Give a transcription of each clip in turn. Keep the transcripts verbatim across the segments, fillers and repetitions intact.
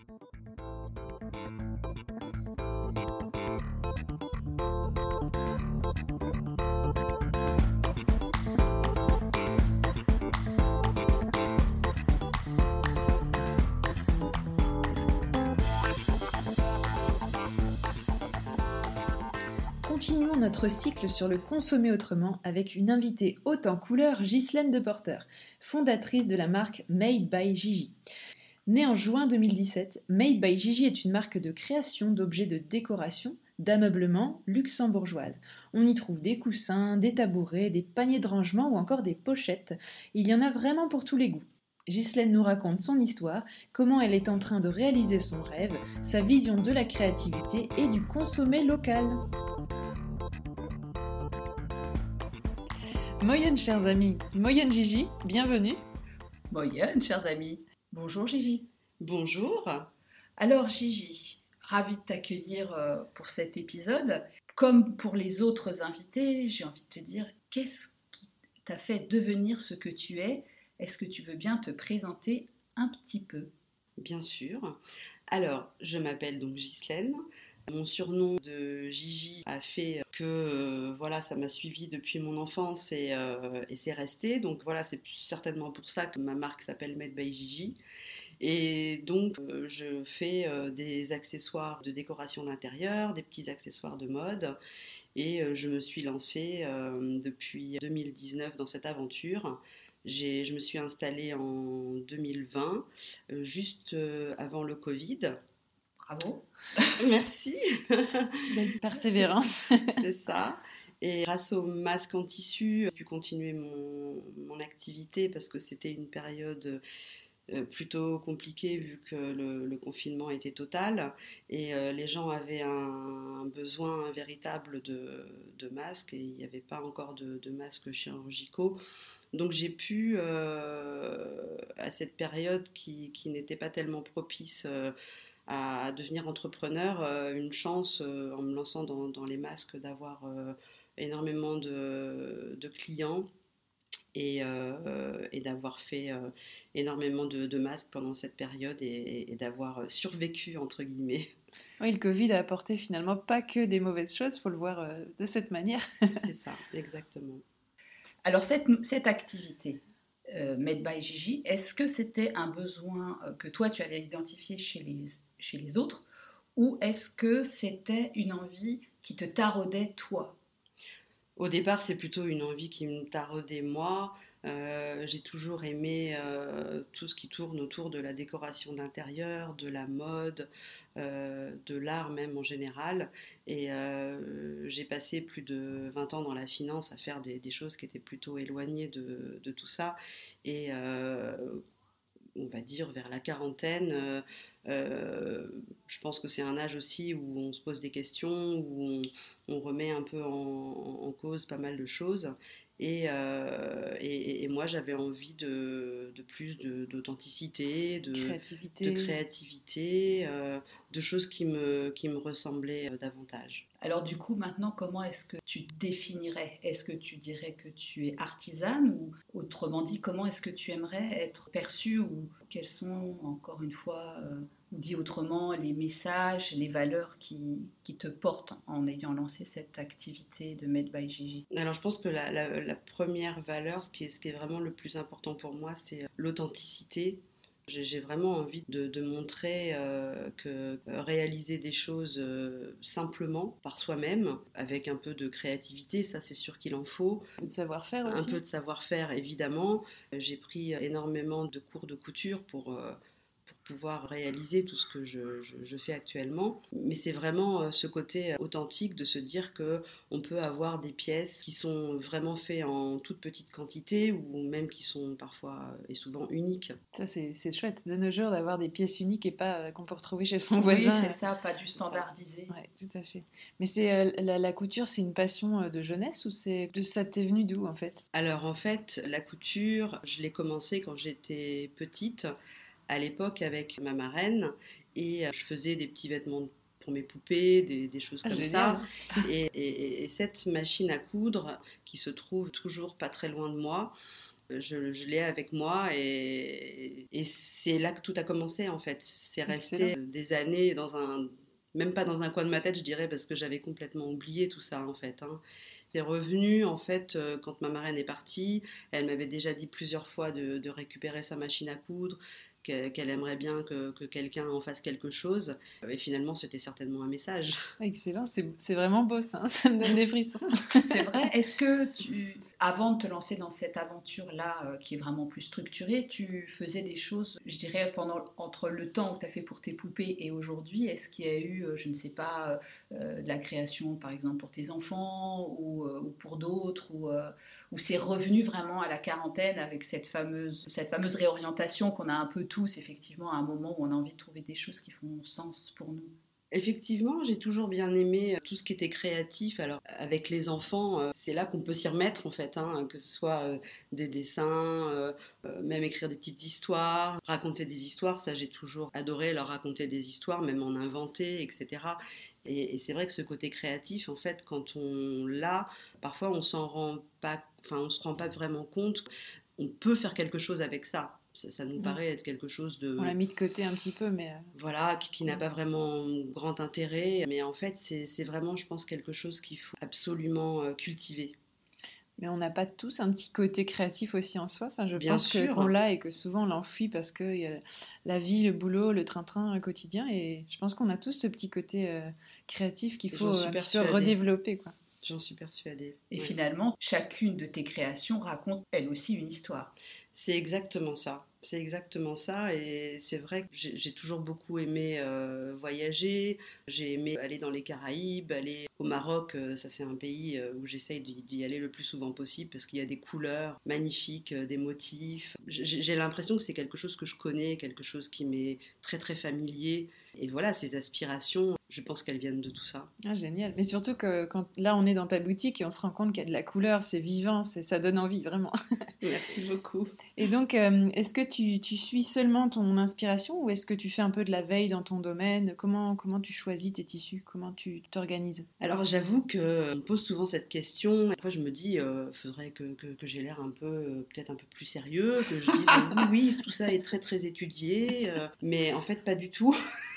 Continuons notre cycle sur le consommer autrement avec une invitée haute en couleur, Ghislaine Deporter, fondatrice de la marque Made by Gigi. Née en juin deux mille dix-sept, Made by Gigi est une marque de création d'objets de décoration, d'ameublement luxembourgeoise. On y trouve des coussins, des tabourets, des paniers de rangement ou encore des pochettes. Il y en a vraiment pour tous les goûts. Ghislaine nous raconte son histoire, comment elle est en train de réaliser son rêve, sa vision de la créativité et du consommer local. Moyenne, chers amis, Moyenne Gigi, bienvenue. Moyenne, chers amis. Bonjour Gigi. Bonjour. Alors Gigi, ravie de t'accueillir pour cet épisode. Comme pour les autres invités, j'ai envie de te dire, qu'est-ce qui t'a fait devenir ce que tu es ? Est-ce que tu veux bien te présenter un petit peu ? Bien sûr. Alors, je m'appelle donc Ghislaine. Mon surnom de Gigi a fait que euh, voilà, ça m'a suivi depuis mon enfance et, euh, et c'est resté. Donc voilà, c'est certainement pour ça que ma marque s'appelle Made by Gigi. Et donc, euh, je fais euh, des accessoires de décoration d'intérieur, des petits accessoires de mode. Et euh, je me suis lancée euh, depuis deux mille dix-neuf dans cette aventure. J'ai, je me suis installée en deux mille vingt, euh, juste euh, avant le Covid. Bravo. Merci. Belle persévérance. C'est ça. Et grâce au masque en tissu, j'ai pu continuer mon, mon activité parce que c'était une période euh, plutôt compliquée vu que le, le confinement était total et euh, les gens avaient un, un besoin véritable de, de masques et il n'y avait pas encore de, de masques chirurgicaux. Donc j'ai pu, euh, à cette période qui, qui n'était pas tellement propice euh, à devenir entrepreneur, euh, une chance euh, en me lançant dans, dans les masques d'avoir euh, énormément de, de clients et, euh, et d'avoir fait euh, énormément de, de masques pendant cette période et, et d'avoir survécu entre guillemets. Oui, le Covid a apporté finalement pas que des mauvaises choses, il faut le voir euh, de cette manière. C'est ça, exactement. Alors cette, cette activité euh, Made by Gigi, est-ce que c'était un besoin euh, que toi tu avais identifié chez les, chez les autres ou est-ce que c'était une envie qui te taraudait toi ? Au départ, c'est plutôt une envie qui me taraudait moi. Euh, j'ai toujours aimé euh, tout ce qui tourne autour de la décoration d'intérieur, de la mode, euh, de l'art même en général. Et euh, j'ai passé plus de vingt ans dans la finance à faire des, des choses qui étaient plutôt éloignées de, de tout ça. Et euh, on va dire vers la quarantaine, euh, euh, je pense que c'est un âge aussi où on se pose des questions, où on, on remet un peu en, en cause pas mal de choses. Et, euh, et, et moi, j'avais envie de, de plus de, d'authenticité, de créativité, de, créativité euh, de choses qui me, qui me ressemblaient davantage. Alors du coup, maintenant, comment est-ce que tu te définirais ? Est-ce que tu dirais que tu es artisane ou autrement dit, comment est-ce que tu aimerais être perçue ou quels sont, encore une fois, euh, dit autrement, les messages, les valeurs qui, qui te portent en ayant lancé cette activité de Made by Gigi ? Alors je pense que la, la, la première valeur, ce qui, est, ce qui est vraiment le plus important pour moi, c'est l'authenticité. J'ai, j'ai vraiment envie de, de montrer euh, que réaliser des choses euh, simplement, par soi-même, avec un peu de créativité, ça c'est sûr qu'il en faut. Un peu de savoir-faire aussi. Un peu de savoir-faire, évidemment. J'ai pris énormément de cours de couture pour... Euh, pour pouvoir réaliser tout ce que je, je, je fais actuellement. Mais c'est vraiment ce côté authentique de se dire qu'on peut avoir des pièces qui sont vraiment faites en toute petite quantité ou même qui sont parfois et souvent uniques. Ça, c'est, c'est chouette de nos jours d'avoir des pièces uniques et pas euh, qu'on peut retrouver chez son voisin. Oui, c'est ça, pas du standardisé. Oui, tout à fait. Mais c'est, euh, la, la couture, c'est une passion de jeunesse ou c'est, de, ça t'est venu d'où en fait ? Alors en fait, la couture, je l'ai commencé quand j'étais petite, à l'époque avec ma marraine, et je faisais des petits vêtements pour mes poupées, des, des choses ah, comme génial. ça. Et, et, et cette machine à coudre, qui se trouve toujours pas très loin de moi, Je, je l'ai avec moi et, et c'est là que tout a commencé en fait. C'est resté Excellent. des années dans un... Même pas dans un coin de ma tête, je dirais, parce que j'avais complètement oublié tout ça en fait. Hein. C'est revenu en fait euh, quand ma marraine est partie. Elle m'avait déjà dit plusieurs fois de, de récupérer sa machine à coudre, qu'elle, qu'elle aimerait bien que, que quelqu'un en fasse quelque chose. Et finalement, c'était certainement un message. Excellent, c'est, c'est vraiment beau ça, hein, ça me donne des frissons. C'est vrai. Est-ce que tu, avant de te lancer dans cette aventure-là, euh, qui est vraiment plus structurée, tu faisais des choses, je dirais, pendant, entre le temps que tu as fait pour tes poupées et aujourd'hui, est-ce qu'il y a eu, euh, je ne sais pas, euh, de la création, par exemple, pour tes enfants ou, euh, ou pour d'autres, ou, euh, ou c'est revenu vraiment à la quarantaine avec cette fameuse, cette fameuse réorientation qu'on a un peu tous, effectivement, à un moment où on a envie de trouver des choses qui font sens pour nous? Effectivement, j'ai toujours bien aimé tout ce qui était créatif. Alors, avec les enfants, euh, c'est là qu'on peut s'y remettre, en fait, hein, que ce soit euh, des dessins, euh, euh, même écrire des petites histoires, raconter des histoires. Ça, j'ai toujours adoré leur raconter des histoires, même en inventer, et cetera. Et, et c'est vrai que ce côté créatif, en fait, quand on l'a, parfois on s'en rend pas, enfin, on se rend pas vraiment compte. On peut faire quelque chose avec ça. Ça, ça nous Mmh. paraît être quelque chose de... On l'a mis de côté un petit peu, mais... euh, Voilà, qui, qui n'a pas vraiment grand intérêt. Mais en fait, c'est, c'est vraiment, je pense, quelque chose qu'il faut absolument euh, cultiver. Mais on n'a pas tous un petit côté créatif aussi en soi. Enfin, je Bien pense que, sûr. qu'on l'a et que souvent on l'enfuit parce qu'il y a la vie, le boulot, le train-train euh, quotidien. Et je pense qu'on a tous ce petit côté euh, créatif qu'il faut J'en euh, suis un petit peu persuadée. redévelopper, quoi. J'en suis persuadée. Et Ouais. finalement, chacune de tes créations raconte elle aussi une histoire. C'est exactement ça. C'est exactement ça. Et c'est vrai que j'ai, j'ai toujours beaucoup aimé euh, voyager. J'ai aimé aller dans les Caraïbes, aller au Maroc. Euh, ça, c'est un pays euh, où j'essaye d'y, d'y aller le plus souvent possible parce qu'il y a des couleurs magnifiques, euh, des motifs. J'ai, j'ai l'impression que c'est quelque chose que je connais, quelque chose qui m'est très, très familier. Et voilà, ces aspirations, je pense qu'elles viennent de tout ça. Ah, génial. Mais surtout que quand là on est dans ta boutique et on se rend compte qu'il y a de la couleur, c'est vivant, c'est, ça donne envie, vraiment. Merci beaucoup. Et donc, euh, est-ce que tu, tu suis seulement ton inspiration ou est-ce que tu fais un peu de la veille dans ton domaine? Comment, comment tu choisis tes tissus? Comment tu t'organises? Alors j'avoue qu'on me pose souvent cette question. Parfois je me dis, il euh, faudrait que, que, que j'ai l'air un peu, euh, peut-être un peu plus sérieux, que je dise euh, oui, oui, tout ça est très très étudié, euh, mais en fait pas du tout.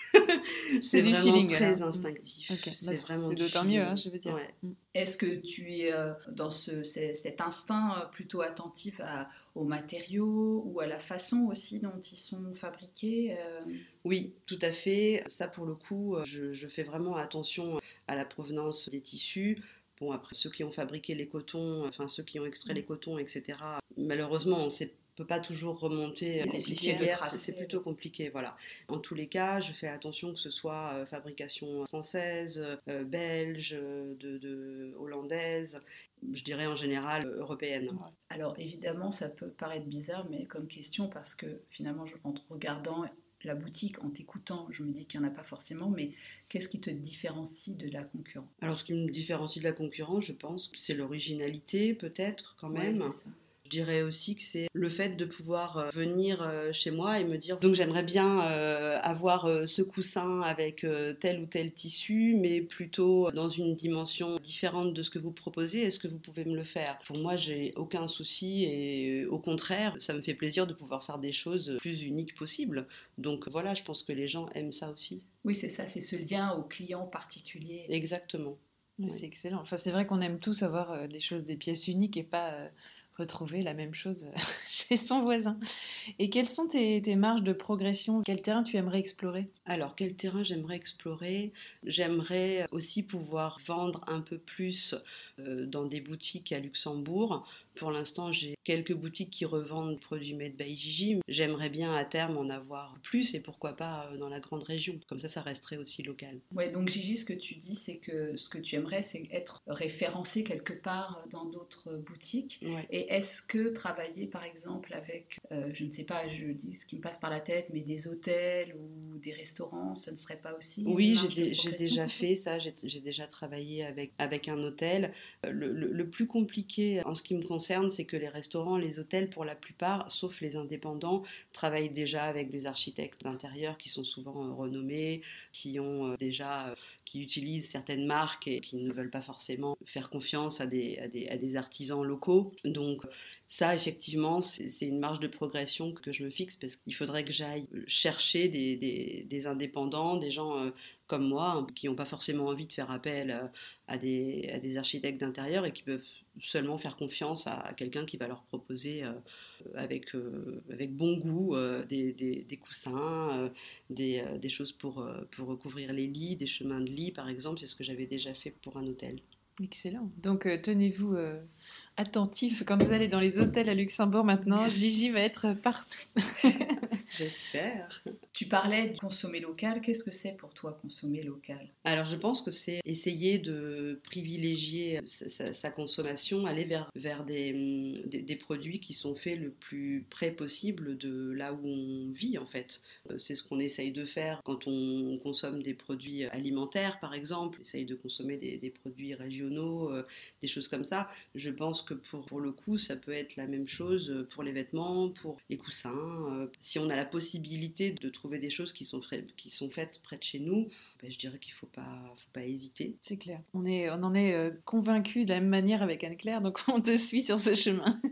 c'est, C'est du vraiment feeling, très alors. instinctif. Ok, C'est bah, vraiment c'est du d'autant feeling. mieux, hein, je veux dire. Ouais. Mm. Est-ce que tu es euh, dans ce, ce- cet instinct euh, plutôt attentif à- aux matériaux ou à la façon aussi dont ils sont fabriqués euh, Oui, tout à fait. Ça, pour le coup, euh, je, je fais vraiment attention à la provenance des tissus. Bon, après, ceux qui ont fabriqué les cotons, enfin ceux qui ont extrait les cotons, et cetera, malheureusement, on ne peut pas toujours remonter Il est les compliqué de filières, tracer. c'est, c'est plutôt compliqué, voilà. En tous les cas, je fais attention que ce soit euh, fabrication française, euh, belge, de, de hollandaise, je dirais en général euh, européenne. Alors évidemment, ça peut paraître bizarre, mais comme question, parce que finalement, je- en te regardant la boutique, en t'écoutant, je me dis qu'il n'y en a pas forcément, mais qu'est-ce qui te différencie de la concurrence? Alors, ce qui me différencie de la concurrence, je pense, que c'est l'originalité, peut-être, quand Ouais, même. c'est ça. Je dirais aussi que c'est le fait de pouvoir euh, venir euh, chez moi et me dire donc j'aimerais bien euh, avoir euh, ce coussin avec euh, tel ou tel tissu, mais plutôt dans une dimension différente de ce que vous proposez. Est-ce que vous pouvez me le faire? Pour moi, j'ai aucun souci et euh, au contraire, ça me fait plaisir de pouvoir faire des choses plus uniques possibles. Donc voilà, je pense que les gens aiment ça aussi. Oui, c'est ça, c'est ce lien au client particulier. Exactement. Mais Ouais. c'est excellent. Enfin, c'est vrai qu'on aime tous avoir euh, des choses, des pièces uniques et pas euh, retrouver la même chose euh, chez son voisin. Et quelles sont tes, tes marges de progression? Quel terrain tu aimerais explorer? Alors, quel terrain j'aimerais explorer? J'aimerais aussi pouvoir vendre un peu plus euh, dans des boutiques à Luxembourg. Pour l'instant, j'ai quelques boutiques qui revendent produits Made by Gigi. J'aimerais bien à terme en avoir plus et pourquoi pas euh, dans la grande région. Comme ça, ça resterait aussi local. Ouais, donc Gigi, ce que tu dis, c'est que ce que tu aimerais, c'est être référencé quelque part dans d'autres boutiques. Ouais. Et est-ce que travailler, par exemple, avec, euh, je ne sais pas, je dis ce qui me passe par la tête, mais des hôtels ou des restaurants, ce ne serait pas aussi Oui, une j'ai, marge de dé- j'ai progression déjà pour toi? fait ça, j'ai, j'ai déjà travaillé avec, avec un hôtel. Euh, Le, le- le plus compliqué en ce qui me concerne, c'est que les restaurants, les hôtels, pour la plupart, sauf les indépendants, travaillent déjà avec des architectes d'intérieur qui sont souvent euh, renommés, qui ont euh, déjà, euh, qui utilisent certaines marques et qui ne veulent pas forcément faire confiance à des, à des, à des artisans locaux. Donc ça, effectivement, c'est, c'est une marge de progression que je me fixe parce qu'il faudrait que j'aille chercher des, des, des indépendants, des gens euh, comme moi, hein, qui n'ont pas forcément envie de faire appel euh, à, des, à des architectes d'intérieur et qui peuvent seulement faire confiance à, à quelqu'un qui va leur proposer euh, avec, euh, avec bon goût euh, des, des, des coussins, euh, des, euh, des choses pour, euh, pour recouvrir les lits, des chemins de lit par exemple, c'est ce que j'avais déjà fait pour un hôtel. Excellent. Donc, euh, tenez-vous euh, attentifs quand vous allez dans les hôtels à Luxembourg maintenant. Gigi va être partout. J'espère. Tu parlais de consommer local. Qu'est-ce que c'est pour toi consommer local? Alors je pense que c'est essayer de privilégier sa, sa- sa consommation, aller vers, vers des, hum, des, des produits qui sont faits le plus près possible de là où on vit en fait. Euh, C'est ce qu'on essaye de faire quand on consomme des produits alimentaires par exemple, on essaye de consommer des, des produits régionaux, euh, des choses comme ça. Je pense que pour, pour le coup ça peut être la même chose pour les vêtements, pour les coussins. Euh, si on a la possibilité de trouver des choses qui sont, frais- qui sont faites près de chez nous, ben, je dirais qu'il ne faut pas, faut pas hésiter. C'est clair. On, est, on en est euh, convaincus de la même manière avec Anne-Claire, donc on te suit sur ce chemin.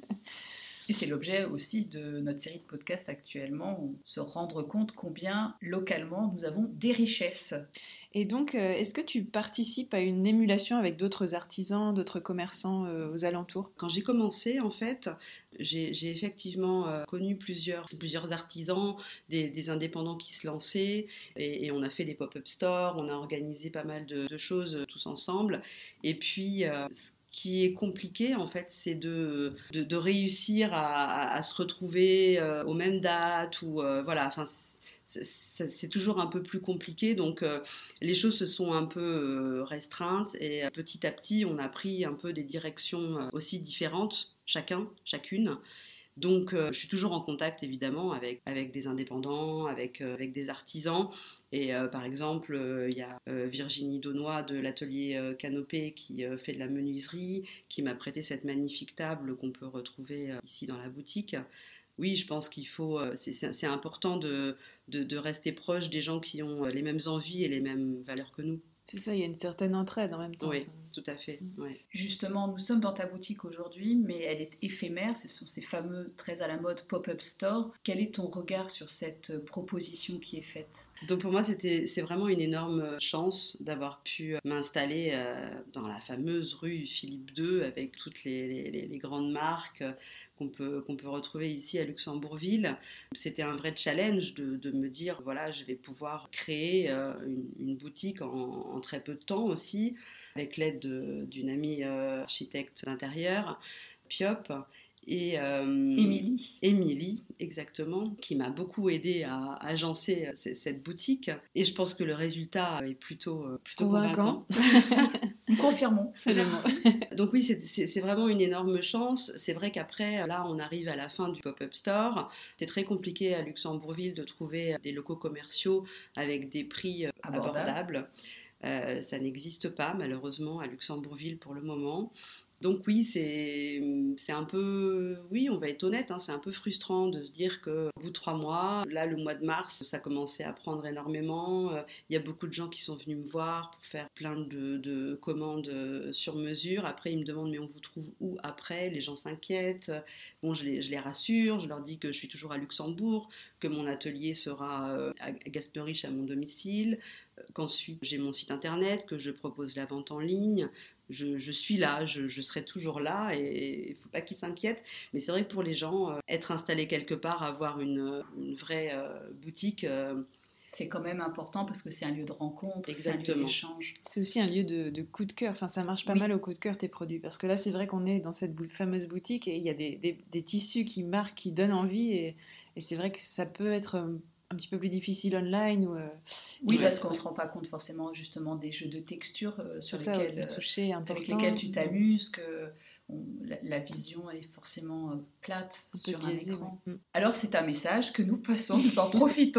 Et c'est l'objet aussi de notre série de podcasts actuellement, on se rendre compte combien localement nous avons des richesses. Et donc, euh, est-ce que tu participes à une émulation avec d'autres artisans, d'autres commerçants euh, aux alentours? Quand j'ai commencé, en fait, j'ai, j'ai effectivement euh, connu plusieurs, plusieurs artisans, des, des indépendants qui se lançaient, et, et on a fait des pop-up stores, on a organisé pas mal de, de choses euh, tous ensemble. Et puis, euh, ce qui est compliqué, en fait, c'est de, de, de réussir à, à, à se retrouver euh, aux mêmes dates, ou euh, voilà, enfin, c'est, c'est, c'est toujours un peu plus compliqué, donc euh, les choses se sont un peu euh, restreintes et euh, petit à petit on a pris un peu des directions euh, aussi différentes, chacun, chacune. Donc euh, je suis toujours en contact évidemment avec, avec des indépendants, avec, euh, avec des artisans. Et euh, par exemple, il euh, y a euh, Virginie Daunois de l'atelier euh, Canopée qui euh, fait de la menuiserie, qui m'a prêté cette magnifique table qu'on peut retrouver euh, ici dans la boutique. Oui, je pense qu'il faut, euh, c'est, c'est, c'est important de, de, de rester proche des gens qui ont les mêmes envies et les mêmes valeurs que nous. C'est ça, il y a une certaine entraide en même temps. Oui, Enfin, tout à fait. Ouais. Justement, nous sommes dans ta boutique aujourd'hui, mais elle est éphémère, ce sont ces fameux, très à la mode, pop-up stores. Quel est ton regard sur cette proposition qui est faite? Donc pour moi, c'était, c'est vraiment une énorme chance d'avoir pu m'installer euh, dans la fameuse rue Philippe deux avec toutes les, les, les grandes marques euh, qu'on peut, qu'on peut retrouver ici à Luxembourgville. C'était un vrai challenge de, de me dire, voilà, je vais pouvoir créer euh, une, une boutique en, en très peu de temps aussi, avec l'aide de, d'une amie euh, architecte d'intérieur, Piop. Et euh, Émilie. Émilie, exactement, qui m'a beaucoup aidée à agencer cette boutique. Et je pense que le résultat est plutôt, plutôt convaincant. convaincant. Nous confirmons. c'est le mot. Donc oui, c'est, c'est, c'est vraiment une énorme chance. C'est vrai qu'après, là, on arrive à la fin du pop-up store. C'est très compliqué à Luxembourgville de trouver des locaux commerciaux avec des prix Abordable. abordables. Euh, ça n'existe pas, malheureusement, à Luxembourgville pour le moment. Donc oui, c'est, c'est un peu, oui, on va être honnête, hein, c'est un peu frustrant de se dire qu'au bout de trois mois, là, le mois de mars, ça commençait à prendre énormément. Il euh, y a beaucoup de gens qui sont venus me voir pour faire plein de, de commandes sur mesure. Après, ils me demandent, mais on vous trouve où après? Les gens s'inquiètent. Bon, je les, je les rassure, je leur dis que je suis toujours à Luxembourg, que mon atelier sera à Gasperich à mon domicile, qu'ensuite j'ai mon site internet, que je propose la vente en ligne. Je, je suis là, je, je serai toujours là et il ne faut pas qu'ils s'inquiètent. Mais c'est vrai que pour les gens, euh, être installé quelque part, avoir une, une vraie euh, boutique... Euh, c'est quand même important parce que c'est un lieu de rencontre, exactement. C'est un lieu d'échange. C'est aussi un lieu de, de coup de cœur. Enfin, ça marche pas oui. mal au coup de cœur, tes produits. Parce que là, c'est vrai qu'on est dans cette bou- fameuse boutique et il y a des, des, des tissus qui marquent, qui donnent envie. Et, et c'est vrai que ça peut être... un petit peu plus difficile online ou, euh, oui, ouais, parce qu'on ne se rend pas compte forcément justement des jeux de texture euh, sur ça, lesquels, le toucher euh, avec lesquels tu t'amuses, que on, la, la vision est forcément euh, plate un sur biaisé, un écran. Ouais. Alors c'est un message que nous passons, nous en profitons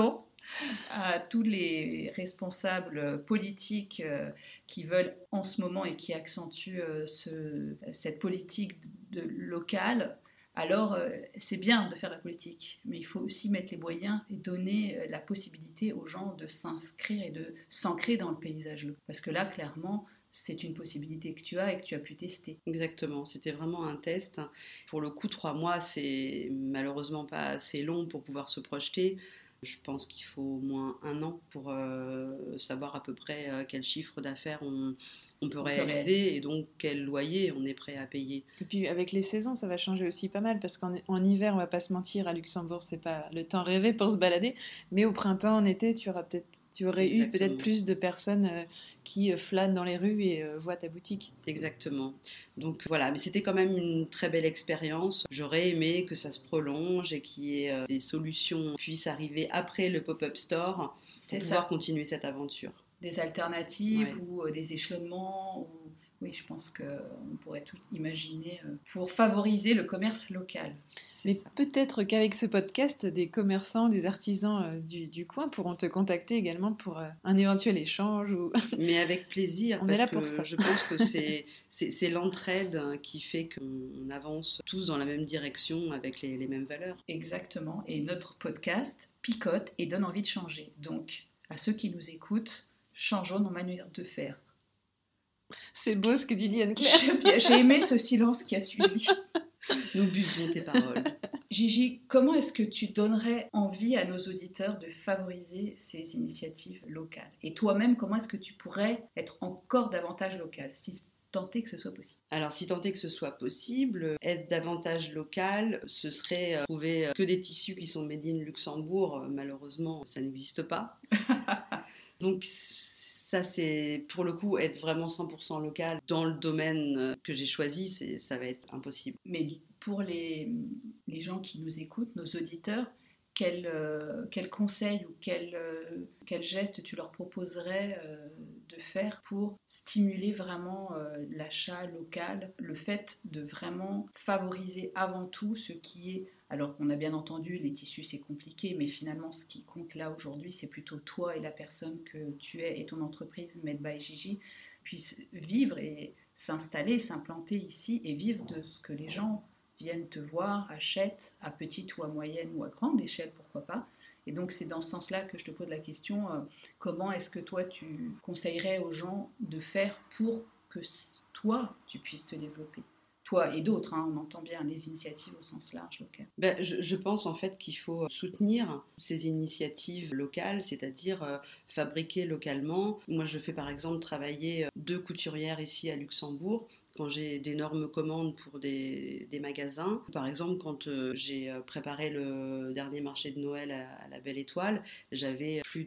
à tous les responsables politiques euh, qui veulent en ce moment et qui accentuent euh, ce, cette politique de, de locale. Alors, euh, c'est bien de faire la politique, mais il faut aussi mettre les moyens et donner euh, la possibilité aux gens de s'inscrire et de s'ancrer dans le paysage local. Parce que là, clairement, c'est une possibilité que tu as et que tu as pu tester. Exactement, c'était vraiment un test. Pour le coup, trois mois, c'est malheureusement pas assez long pour pouvoir se projeter. Je pense qu'il faut au moins un an pour euh, savoir à peu près euh, quel chiffre d'affaires on, on peut on réaliser, peut réaliser et donc quel loyer on est prêt à payer. Et puis avec les saisons, ça va changer aussi pas mal parce qu'en en hiver, on va pas se mentir, à Luxembourg, c'est pas le temps rêvé pour se balader, mais au printemps, en été, tu auras peut-être, tu aurais Exactement. eu peut-être plus de personnes euh, qui euh, flânent dans les rues et euh, voient ta boutique. Exactement. Donc voilà, mais c'était quand même une très belle expérience. J'aurais aimé que ça se prolonge et qu'il y ait euh, des solutions puissent arriver après le pop-up store pour c'est pouvoir ça. continuer cette aventure. Des alternatives ouais. ou euh, des échelonnements. Ou... Oui, je pense qu'on pourrait tout imaginer euh, pour favoriser le commerce local. C'est Mais ça. Peut-être qu'avec ce podcast, des commerçants, des artisans euh, du, du coin pourront te contacter également pour euh, un éventuel échange. Ou... Mais avec plaisir, on parce est là que pour ça. Je pense que c'est, c'est, c'est l'entraide qui fait qu'on avance tous dans la même direction avec les, les mêmes valeurs. Exactement. Et notre podcast picote et donne envie de changer. Donc, à ceux qui nous écoutent, changeons nos manières de faire. C'est beau ce que tu dis, Anne-Claire. J'ai, j'ai aimé ce silence qui a suivi. Nous buvons tes paroles. Gigi, comment est-ce que tu donnerais envie à nos auditeurs de favoriser ces initiatives locales ? Et toi-même, comment est-ce que tu pourrais être encore davantage local, si tant est que ce soit possible ? Alors, si tant est que ce soit possible, être davantage local, ce serait euh, trouver euh, que des tissus qui sont made in Luxembourg. Malheureusement, ça n'existe pas. Donc, ça, c'est pour le coup être vraiment cent pour cent local dans le domaine que j'ai choisi, c'est, ça va être impossible. Mais pour les, les gens qui nous écoutent, nos auditeurs, quel, euh, quel conseil ou quel, euh, quel geste tu leur proposerais euh, de faire pour stimuler vraiment euh, l'achat local, le fait de vraiment favoriser avant tout ce qui est... Alors, on a bien entendu, les tissus, c'est compliqué, mais finalement, ce qui compte là aujourd'hui, c'est plutôt toi et la personne que tu es et ton entreprise Made by Gigi puissent vivre et s'installer, s'implanter ici et vivre de ce que les gens viennent te voir, achètent à petite ou à moyenne ou à grande échelle, pourquoi pas. Et donc, c'est dans ce sens-là que je te pose la question, euh, comment est-ce que toi, tu conseillerais aux gens de faire pour que toi, tu puisses te développer ? Toi et d'autres, hein, on entend bien les initiatives au sens large local. Ben, je, je pense en fait qu'il faut soutenir ces initiatives locales, c'est-à-dire euh, fabriquer localement. Moi, je fais par exemple travailler deux couturières ici à Luxembourg quand j'ai d'énormes commandes pour des, des magasins. Par exemple, quand euh, j'ai préparé le dernier marché de Noël à, à la Belle Étoile, j'avais plus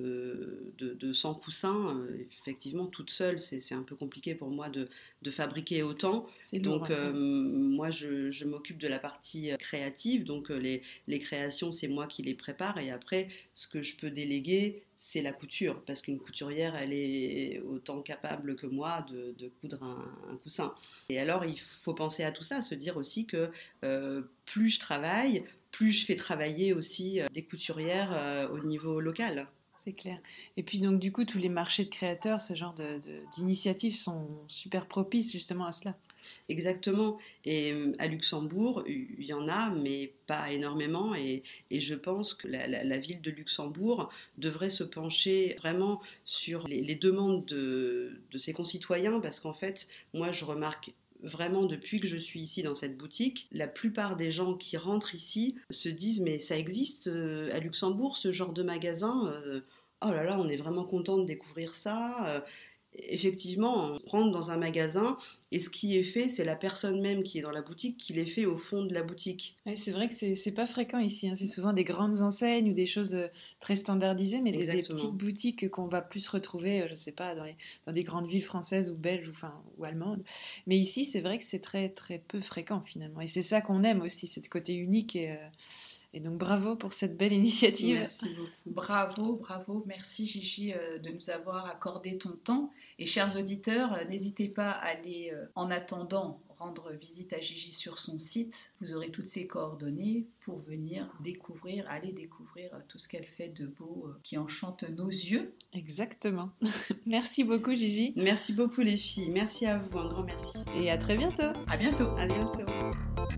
de, de, de cent coussins. Euh, effectivement, toute seule, c'est, c'est un peu compliqué pour moi de, de fabriquer autant. C'est donc, lourd, euh, moi, je, je m'occupe de la partie créative. Donc, les, les créations, c'est moi qui les prépare. Et après, ce que je peux déléguer, c'est la couture, parce qu'une couturière, elle est autant capable que moi de, de coudre un, un coussin. Et alors, il faut penser à tout ça, se dire aussi que euh, plus je travaille, plus je fais travailler aussi euh, des couturières euh, au niveau local. C'est clair. Et puis donc du coup, tous les marchés de créateurs, ce genre de, de, d'initiatives sont super propices justement à cela. Exactement. Et à Luxembourg, il y en a, mais pas énormément. Et, et je pense que la, la, la ville de Luxembourg devrait se pencher vraiment sur les, les demandes de, de ses concitoyens, parce qu'en fait, moi, je remarque vraiment depuis que je suis ici dans cette boutique, la plupart des gens qui rentrent ici se disent « mais ça existe à Luxembourg, ce genre de magasin euh, oh là là, on est vraiment content de découvrir ça euh, ». Effectivement, on rentre dans un magasin et ce qui est fait, c'est la personne même qui est dans la boutique qui l'est fait au fond de la boutique. Ouais, c'est vrai que c'est, c'est pas fréquent ici, hein. C'est souvent des grandes enseignes ou des choses très standardisées, mais des, des petites boutiques qu'on va plus retrouver, je sais pas, dans, les, dans des grandes villes françaises ou belges ou, enfin, ou allemandes. Mais ici, c'est vrai que c'est très, très peu fréquent finalement. Et c'est ça qu'on aime aussi, ce côté unique et... Euh... Et donc bravo pour cette belle initiative. Merci beaucoup. Bravo, bravo. Merci Gigi euh, de nous avoir accordé ton temps. Et chers auditeurs, euh, n'hésitez pas à aller, euh, en attendant, rendre visite à Gigi sur son site. Vous aurez toutes ses coordonnées pour venir découvrir, aller découvrir tout ce qu'elle fait de beau euh, qui enchante nos yeux. Exactement. Merci beaucoup Gigi. Merci beaucoup les filles, merci à vous, un grand merci. Et à très bientôt. À bientôt. À bientôt.